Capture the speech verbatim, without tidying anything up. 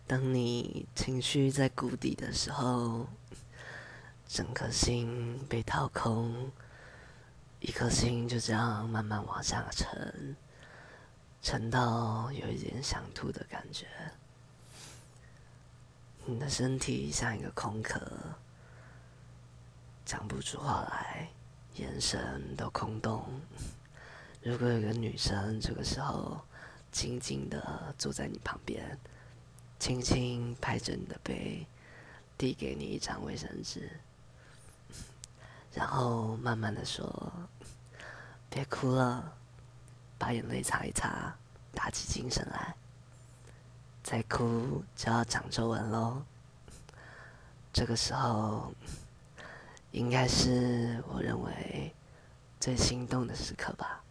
当你情绪在谷底的时候，整颗心被掏空，一颗心就这样慢慢往下沉，沉到有一点想吐的感觉。你的身体像一个空壳，讲不出话来，眼神都空洞。如果有个女生这个时候静静地坐在你旁边，轻轻拍着你的背，递给你一张卫生纸，然后慢慢地说：别哭了，把眼泪擦一擦，打起精神来。再哭就要长皱纹咯。这个时候应该是我认为最心动的时刻吧。